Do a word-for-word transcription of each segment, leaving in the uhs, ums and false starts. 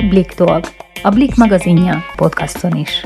Blik Dolg, a Blik magazinja podcaston is.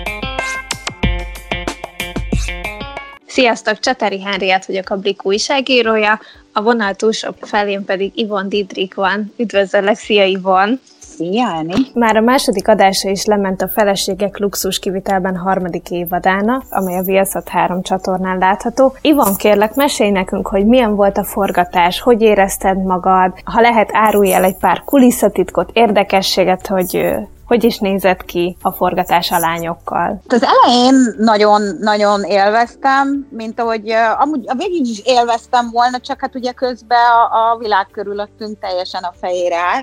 Sziasztok, Csatári Henriett vagyok, a Blik újságírója, a vonal túlsó felén pedig Ivon Didrik van. Üdvözöllek, szia Ivon! Szia, Eni! Már a második adása is lement a Feleségek luxus kivitelben harmadik évadának, amely a Viaszat három csatornán látható. Ivon, kérlek, mesélj nekünk, hogy milyen volt a forgatás, hogy érezted magad, ha lehet, árulj el egy pár kulisszatitkot, érdekességet, hogy hogy is nézett ki a forgatás a lányokkal. Az elején nagyon-nagyon élveztem, mint ahogy amúgy a végig is élveztem volna, csak hát ugye közben a, a világ körülöttünk teljesen a fejére állt.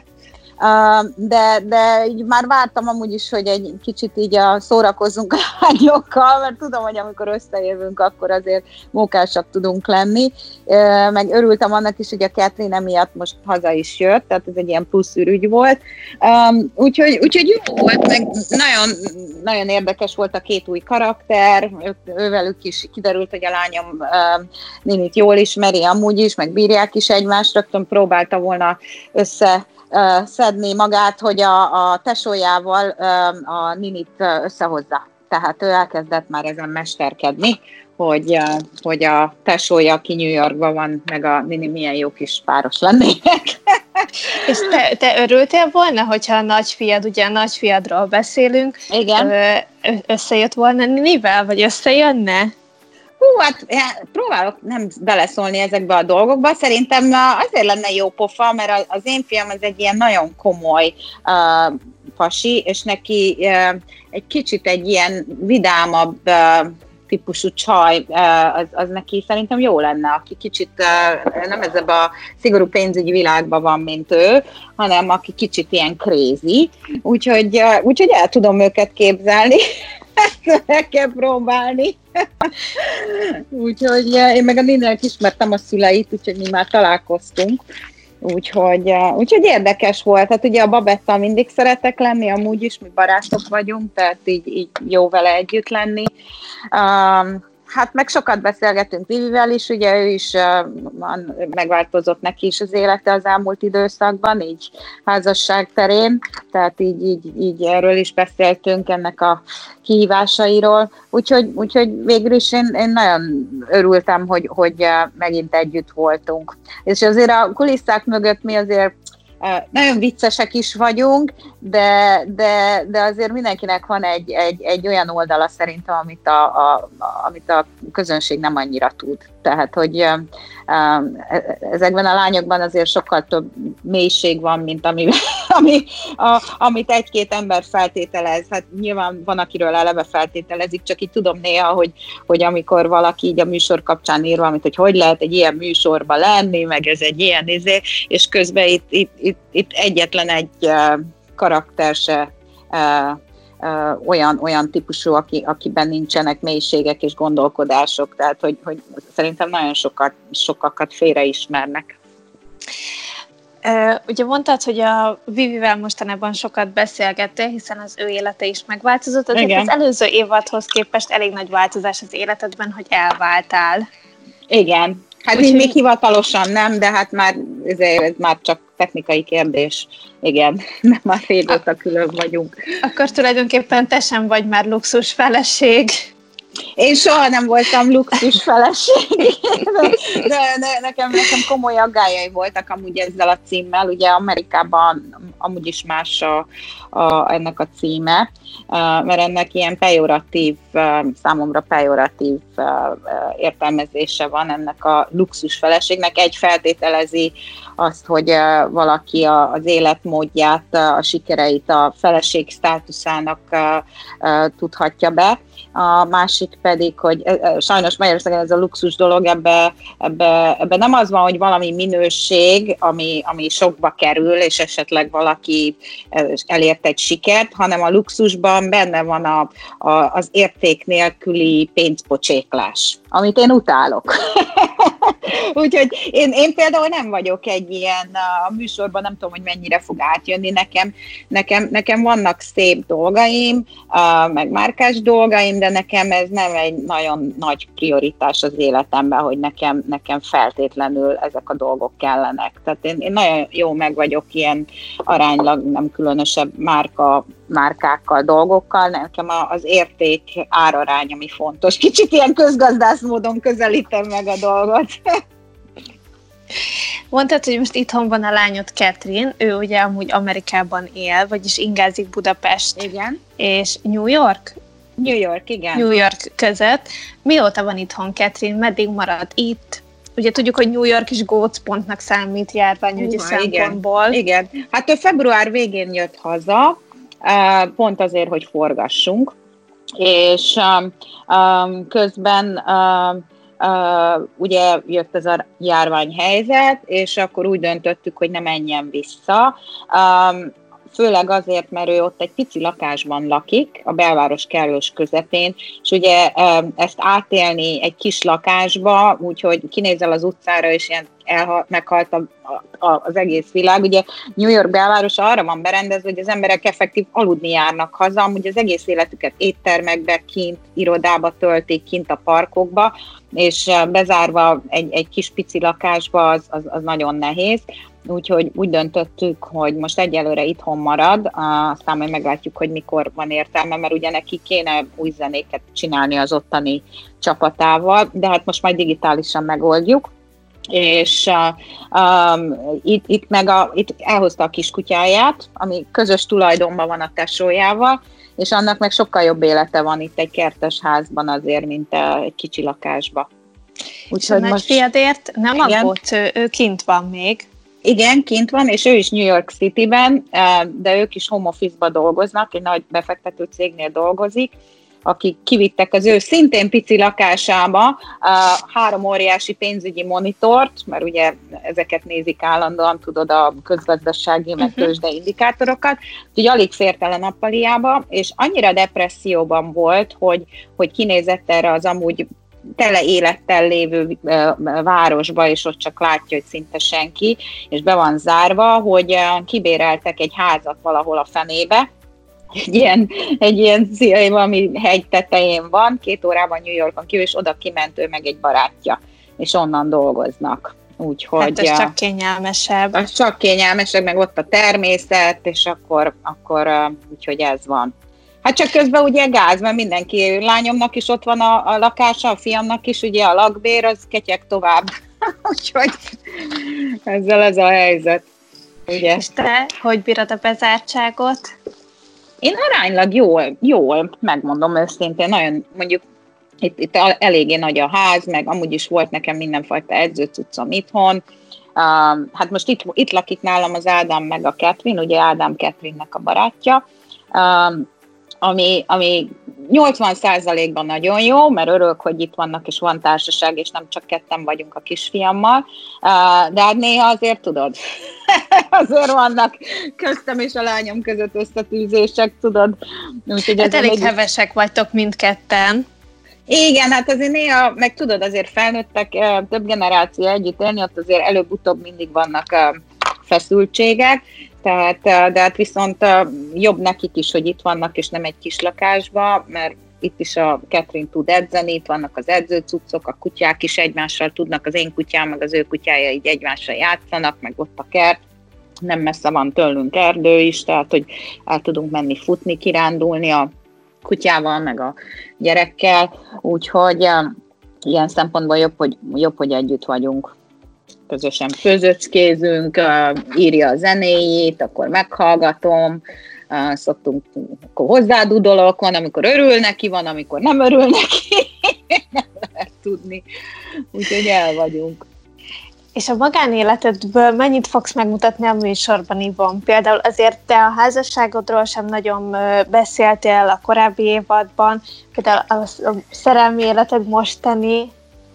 De, de így már vártam amúgy is, hogy egy kicsit így a szórakozzunk a lányokkal, mert tudom, hogy amikor összejövünk, akkor azért mókásak tudunk lenni. Meg örültem annak is, hogy a Catherine miatt most haza is jött, tehát ez egy ilyen plusz ürügy volt. Úgyhogy, úgyhogy jó volt, meg nagyon, nagyon érdekes volt a két új karakter, ővelük is kiderült, hogy a lányom Ninit jól ismeri amúgy is, meg bírják is egymást, rögtön próbálta volna össze Uh, szedni magát, hogy a, a tesójával uh, a Ninit uh, összehozza. Tehát ő elkezdett már ezen mesterkedni, hogy, uh, hogy a tesója, aki New Yorkban van, meg a Nini milyen jó kis páros lennének. És te, te örültél volna, hogyha a nagyfiad, ugye a nagyfiadról beszélünk, igen. Ö, összejött volna Ninivel, vagy összejönne? Hú, hát próbálok nem beleszólni ezekbe a dolgokba. Szerintem azért lenne jó pofa, mert az én fiam az egy ilyen nagyon komoly uh, pasi, és neki uh, egy kicsit egy ilyen vidámabb uh, típusú csaj, uh, az, az neki szerintem jó lenne, aki kicsit uh, nem ezzel a szigorú pénzügyi világban van, mint ő, hanem aki kicsit ilyen crazy. Úgyhogy, uh, úgyhogy el tudom őket képzelni. Ezt meg kell próbálni. Úgyhogy én meg a Nininek ismertem a szüleit, úgyhogy mi már találkoztunk. Úgyhogy, úgyhogy érdekes volt. Hát ugye a Babettal mindig szeretek lenni, amúgy is mi barátok vagyunk, tehát így, így jó vele együtt lenni. Um, Hát meg sokat beszélgetünk Vivivel is, ugye ő is uh, megváltozott neki is az élete az elmúlt időszakban, így házasság terén, tehát így, így, így erről is beszéltünk, ennek a kihívásairól, úgyhogy, úgyhogy végül is én, én nagyon örültem, hogy, hogy megint együtt voltunk. És azért a kulisszák mögött mi azért nagyon viccesek is vagyunk, de, de, de azért mindenkinek van egy, egy, egy olyan oldala szerintem, amit a, a, amit a közönség nem annyira tud. Tehát, hogy ezekben a lányokban azért sokkal több mélység van, mint ami, ami, a, amit egy-két ember feltételez. Hát nyilván van, akiről eleve feltételezik, csak így tudom néha, hogy, hogy amikor valaki így a műsor kapcsán ír valamit, hogy hogy lehet egy ilyen műsorba lenni, meg ez egy ilyen izé, és közben itt, itt, itt, itt egyetlen egy uh, karakter se uh, uh, olyan, olyan típusú, aki, akiben nincsenek mélységek és gondolkodások, tehát hogy, hogy szerintem nagyon sokat, sokakat félreismernek. Uh, ugye mondtad, hogy a Vivivel mostanában sokat beszélgettél, hiszen az ő élete is megváltozott, azért az előző évadhoz képest elég nagy változás az életedben, hogy elváltál. Igen, hát így még hivatalosan nem, de hát már ez, ez már csak technikai kérdés. Igen, nem már régóta külön vagyunk. Akkor tulajdonképpen te sem vagy már luxus feleség. Én soha nem voltam luxus feleség, de, de, de nekem, nekem komoly aggályai voltak amúgy ezzel a címmel. Ugye Amerikában amúgy is más a, a, ennek a címe, mert ennek ilyen pejoratív, számomra pejoratív értelmezése van ennek a luxus feleségnek. Egy feltételezi azt, hogy valaki az életmódját, a sikereit a feleség státuszának tudhatja be. A másik pedig, hogy sajnos Magyarországon ez a luxus dolog, ebbe, ebbe, ebbe nem az van, hogy valami minőség, ami, ami sokba kerül, és esetleg valaki elért egy sikert, hanem a luxusban benne van a, a, az érték nélküli pénzpocséklás, amit én utálok. Úgyhogy én, én például nem vagyok egy ilyen, a műsorban nem tudom, hogy mennyire fog átjönni, nekem, nekem, nekem vannak szép dolgaim, meg márkás dolgaim, de nekem ez nem egy nagyon nagy prioritás az életemben, hogy nekem, nekem feltétlenül ezek a dolgok kellenek. Tehát én, én nagyon jó meg vagyok ilyen aránylag nem különösebb márka, márkákkal, dolgokkal, nekem az érték árarány, ami fontos. Kicsit ilyen közgazdász módon közelítem meg a dolgot. Mondtad, hogy most itthon van a lányod Catherine, ő ugye amúgy Amerikában él, vagyis ingázik Budapest igen. és New York? New York, igen. New York között. Mióta van itthon Catherine? Meddig marad itt? Ugye tudjuk, hogy New York is gócpontnak számít járványügyi Uha, szempontból. Igen, igen. Hát ő február végén jött haza, pont azért, hogy forgassunk, és közben ugye jött ez a járványhelyzet, és akkor úgy döntöttük, hogy ne menjen vissza. Főleg azért, mert ő ott egy pici lakásban lakik, a belváros kellős közepén, és ugye ezt átélni egy kis lakásba, úgyhogy kinézel az utcára, és ilyen elha- meghalt a, a, az egész világ. Ugye New York belvárosa arra van berendezve, hogy az emberek effektív aludni járnak haza, amúgy az egész életüket éttermekbe, kint, irodába töltik, kint a parkokba, és bezárva egy, egy kis pici lakásba az, az, az nagyon nehéz. Úgyhogy úgy döntöttük, hogy most egyelőre itthon marad, aztán majd meglátjuk, hogy mikor van értelme, mert ugye neki kéne új zenéket csinálni az ottani csapatával, de hát most majd digitálisan megoldjuk. És uh, um, itt, itt meg a, itt elhozta a kiskutyáját, ami közös tulajdonban van a tesójával, és annak meg sokkal jobb élete van itt egy kertes házban azért, mint egy kicsi lakásban. Úgyhogy most fiadért nem aggódsz, ő, ő kint van még. Igen, kint van, és ő is New York Cityben, de ők is home office-ba dolgoznak, egy nagy befektető cégnél dolgozik, akik kivittek az ő szintén pici lakásába három óriási pénzügyi monitort, mert ugye ezeket nézik állandóan, tudod, a közgazdasági, meg tőzsde indikátorokat, úgyhogy alig fért el a nappaliába, és annyira depresszióban volt, hogy, hogy kinézett erre az amúgy tele élettel lévő városba, és ott csak látja, hogy szinte senki, és be van zárva, hogy kibéreltek egy házat valahol a fenébe, egy ilyen, egy ilyen valami hegy tetején van, két órában New Yorkon kívül, és oda kiment ő meg egy barátja, és onnan dolgoznak. Úgyhogy, hát ez csak kényelmesebb. Az csak kényelmesebb, meg ott a természet, és akkor, akkor úgyhogy ez van. Hát csak közben ugye gáz, mert mindenki, lányomnak is ott van a, a lakása, a fiamnak is, ugye a lakbér, az ketyeg tovább. Úgyhogy ezzel ez a helyzet. Ugye? És te, hogy bírod a bezártságot? Én aránylag jól, jól, megmondom őszintén, nagyon mondjuk itt, itt eléggé nagy a ház, meg amúgy is volt nekem mindenfajta edzőcuccom itthon. Uh, hát most itt, itt lakik nálam az Ádám meg a Catherine, ugye Ádám Catherine-nek a barátja. Uh, Ami, ami nyolcvan százalékban nagyon jó, mert örülök, hogy itt vannak, és van társaság, és nem csak ketten vagyunk a kisfiammal, de hát néha azért tudod, azért vannak köztem és a lányom között összetűzések, tudod. Úgyhogy hát elég még... hevesek vagytok mindketten. Igen, hát azért néha, meg tudod, azért felnőttek, több generáció együtt élni, ott azért előbb-utóbb mindig vannak feszültségek, Tehát, de hát viszont jobb nekik is, hogy itt vannak, és nem egy kis lakásba, mert itt is a Catherine tud edzeni, itt vannak az edzőcuccok, a kutyák is egymással tudnak, az én kutyám, meg az ő kutyája így egymással játszanak, meg ott a kert, nem messze van tőlünk erdő is, tehát hogy el tudunk menni futni, kirándulni a kutyával, meg a gyerekkel, úgyhogy ilyen szempontból jobb, hogy, jobb, hogy együtt vagyunk. Közösen főzöcskézünk, írja a zenéjét, akkor meghallgatom, szoktunk, akkor hozzádudolok, van, amikor örül neki, van, amikor nem örül neki, nem lehet tudni, úgyhogy el vagyunk. És a magánéletedből mennyit fogsz megmutatni a műsorban, Ivon? Például azért te a házasságodról sem nagyon beszéltél a korábbi évadban, például a szerelmi életed mostani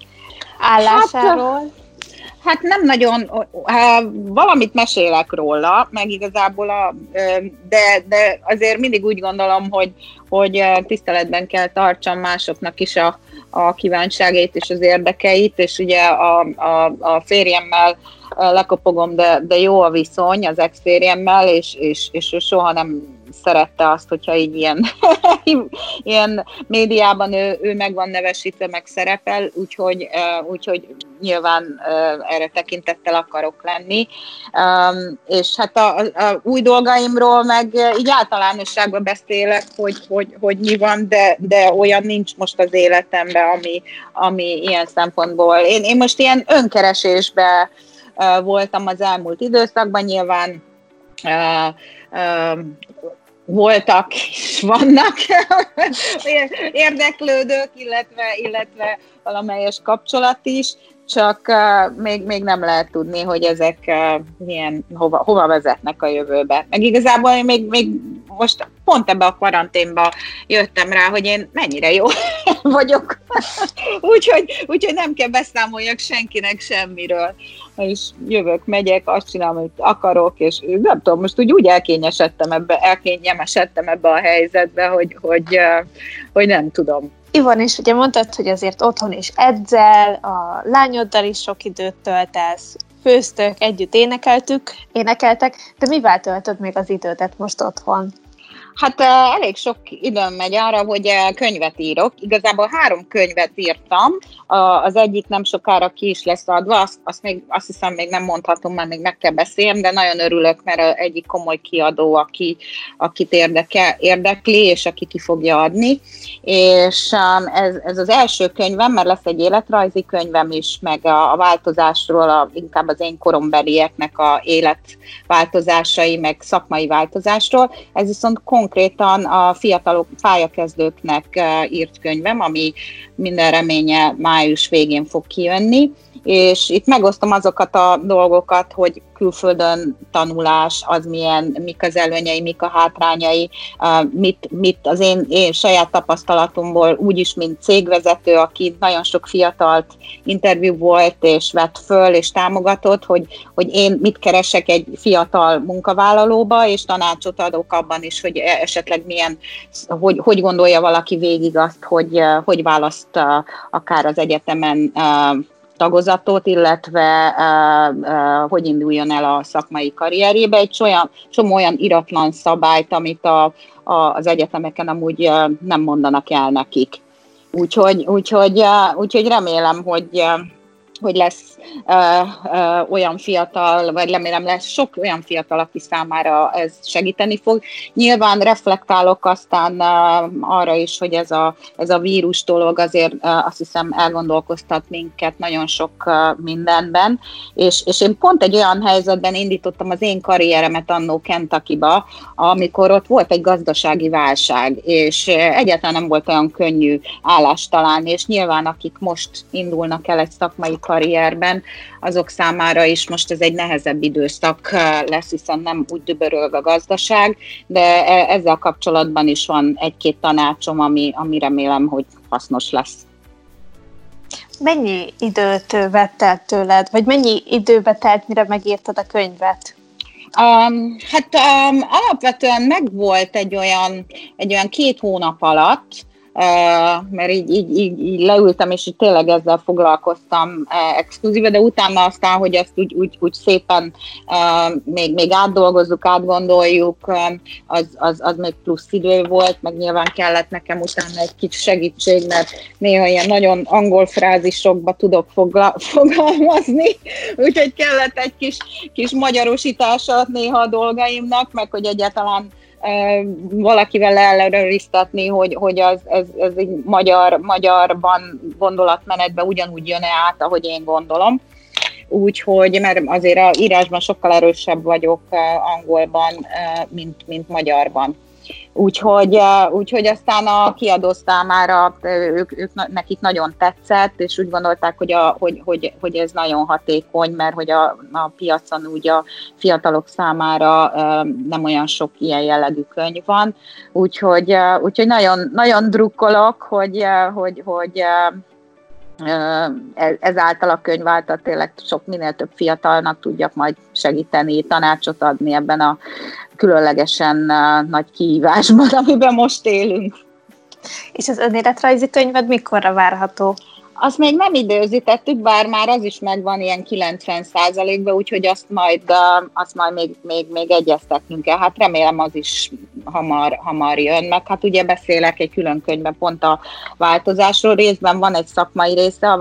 állásáról. Hát, Hát nem nagyon, valamit mesélek róla, meg igazából, a, de, de azért mindig úgy gondolom, hogy, hogy tiszteletben kell tartsam másoknak is a, a kívánságait és az érdekeit, és ugye a, a, a férjemmel lekopogom, de, de jó a viszony az ex-férjemmel, és, és, és ő soha nem szerette azt, hogyha így ilyen, ilyen médiában ő, ő meg van nevesítve, meg szerepel, úgyhogy, úgyhogy nyilván erre tekintettel akarok lenni. És hát a, a új dolgaimról meg így általánosságban beszélek, hogy, hogy, hogy mi van, de, de olyan nincs most az életemben, ami, ami ilyen szempontból. Én, én most ilyen önkeresésben voltam az elmúlt időszakban, nyilván uh, uh, voltak és vannak érdeklődők, illetve, illetve valamelyes kapcsolat is, csak uh, még, még nem lehet tudni, hogy ezek uh, milyen, hova, hova vezetnek a jövőbe. Meg igazából én még, még most pont ebbe a karanténba jöttem rá, hogy én mennyire jó vagyok. úgyhogy, úgyhogy nem kell beszámoljak senkinek semmiről. És jövök, megyek, azt csinálom, amit akarok, és nem tudom, most úgy, úgy elkényesedtem ebbe, elkényemesedtem ebbe a helyzetbe, hogy, hogy, hogy nem tudom. Ivon is, ugye mondtad, hogy azért otthon is edzel, a lányoddal is sok időt töltesz, főztök, együtt énekeltük, énekeltek, de mivel töltöd még az idődet most otthon? Hát elég sok időm megy arra, hogy könyvet írok. Igazából három könyvet írtam, az egyik nem sokára ki is lesz adva, azt, azt, még, azt hiszem még nem mondhatom, mert még meg kell beszélnem, de nagyon örülök, mert egyik komoly kiadó, aki, akit érdeke, érdekli, és aki ki fogja adni. És ez, ez az első könyvem, mert lesz egy életrajzi könyvem is, meg a, a változásról, a, inkább az én korombelieknek a életváltozásai, meg szakmai változásról. Ez viszont konkrétan a fiatalok, pályakezdőknek írt könyvem, ami minden reménye május végén fog kijönni, és itt megosztom azokat a dolgokat, hogy külföldön tanulás, az milyen, mik az előnyei, mik a hátrányai, mit, mit az én, én saját tapasztalatomból úgyis, mint cégvezető, aki nagyon sok fiatalt interjú volt, és vett föl, és támogatott, hogy, hogy én mit keresek egy fiatal munkavállalóba, és tanácsot adok abban is, hogy esetleg milyen, hogy, hogy gondolja valaki végig azt, hogy, hogy választ akár az egyetemen tagozatot, illetve uh, uh, hogy induljon el a szakmai karrierjébe. Egy olyan, csomó olyan iratlan szabályt, amit a, a, az egyetemeken amúgy uh, nem mondanak el nekik. Úgyhogy, úgyhogy, uh, úgyhogy remélem, hogy, uh, hogy lesz uh, uh, olyan fiatal, vagy remélem lesz sok olyan fiatal, aki számára ez segíteni fog. Nyilván reflektálok aztán uh, arra is, hogy ez a, ez a vírus dolog azért uh, azt hiszem elgondolkoztat minket nagyon sok uh, mindenben, és, és én pont egy olyan helyzetben indítottam az én karrieremet annó Kentuckyba, amikor ott volt egy gazdasági válság, és uh, egyáltalán nem volt olyan könnyű állást találni, és nyilván akik most indulnak el egy szakmai karrierben, azok számára is most ez egy nehezebb időszak lesz, hiszen nem úgy dübörög a gazdaság, de ezzel kapcsolatban is van egy-két tanácsom, ami, ami remélem, hogy hasznos lesz. Mennyi időt vett el tőled, vagy mennyi időbe telt, mire megírtad a könyvet? Um, hát um, alapvetően megvolt egy olyan, egy olyan két hónap alatt, Uh, mert így, így, így, így leültem, és így tényleg ezzel foglalkoztam uh, exkluzíve, de utána aztán, hogy ezt úgy, úgy, úgy szépen uh, még, még átdolgozzuk, átgondoljuk, um, az, az, az még plusz idő volt, meg nyilván kellett nekem utána egy kicsi segítség, mert néha ilyen nagyon angol frázisokba tudok fogla, fogalmazni, úgyhogy kellett egy kis, kis magyarosítása néha a dolgaimnak, meg hogy egyáltalán valakivel ellenőriztetni, hogy, hogy az, ez, ez egy magyar, magyarban gondolatmenetben ugyanúgy jön át, ahogy én gondolom. Úgyhogy, mert azért az írásban sokkal erősebb vagyok angolban, mint, mint magyarban. Úgyhogy, úgyhogy aztán a kiadó számára ők, ők, nekik nagyon tetszett, és úgy gondolták, hogy, a, hogy, hogy, hogy ez nagyon hatékony, mert hogy a, a piacon úgy a fiatalok számára nem olyan sok ilyen jellegű könyv van. Úgyhogy, úgyhogy nagyon, nagyon drukkolok, hogy, hogy, hogy ezáltal a könyv által tényleg sok minél több fiatalnak tudjak majd segíteni, tanácsot adni ebben a különlegesen nagy kihívásban, amiben most élünk. És az önéletrajzi könyved mikorra várható? Azt még nem időzítettük, bár már az is megvan ilyen kilencven százalékban, úgyhogy azt majd, azt majd még, még, még egyeztetnünk kell. Hát remélem az is hamar, hamar jön, meg hát ugye beszélek egy külön könyvben pont a változásról, részben van egy szakmai része a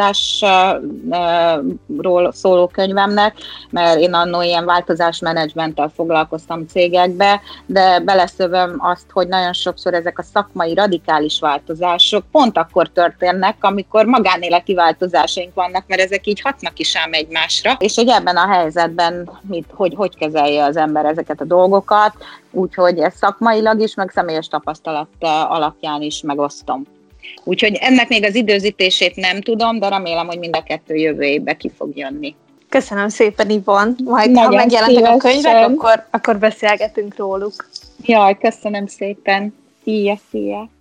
változásról szóló könyvemnek, mert én annól ilyen változásmenedzsmenttel foglalkoztam cégekbe, de beleszövöm azt, hogy nagyon sokszor ezek a szakmai radikális változások pont akkor történnek, amikor magánéleti változásaink vannak, mert ezek így hatnak is ám egymásra, és hogy ebben a helyzetben mit, hogy, hogy kezelje az ember ezeket a dolgokat, úgyhogy ez szakmailag is, meg személyes tapasztalat alapján is megosztom. Úgyhogy ennek még az időzítését nem tudom, de remélem, hogy mind a kettő jövő évben ki fog jönni. Köszönöm szépen, Ivon. Majd, nagyon ha megjelentek a könyvek, akkor, akkor beszélgetünk róluk. Jaj, köszönöm szépen. Szia, szia.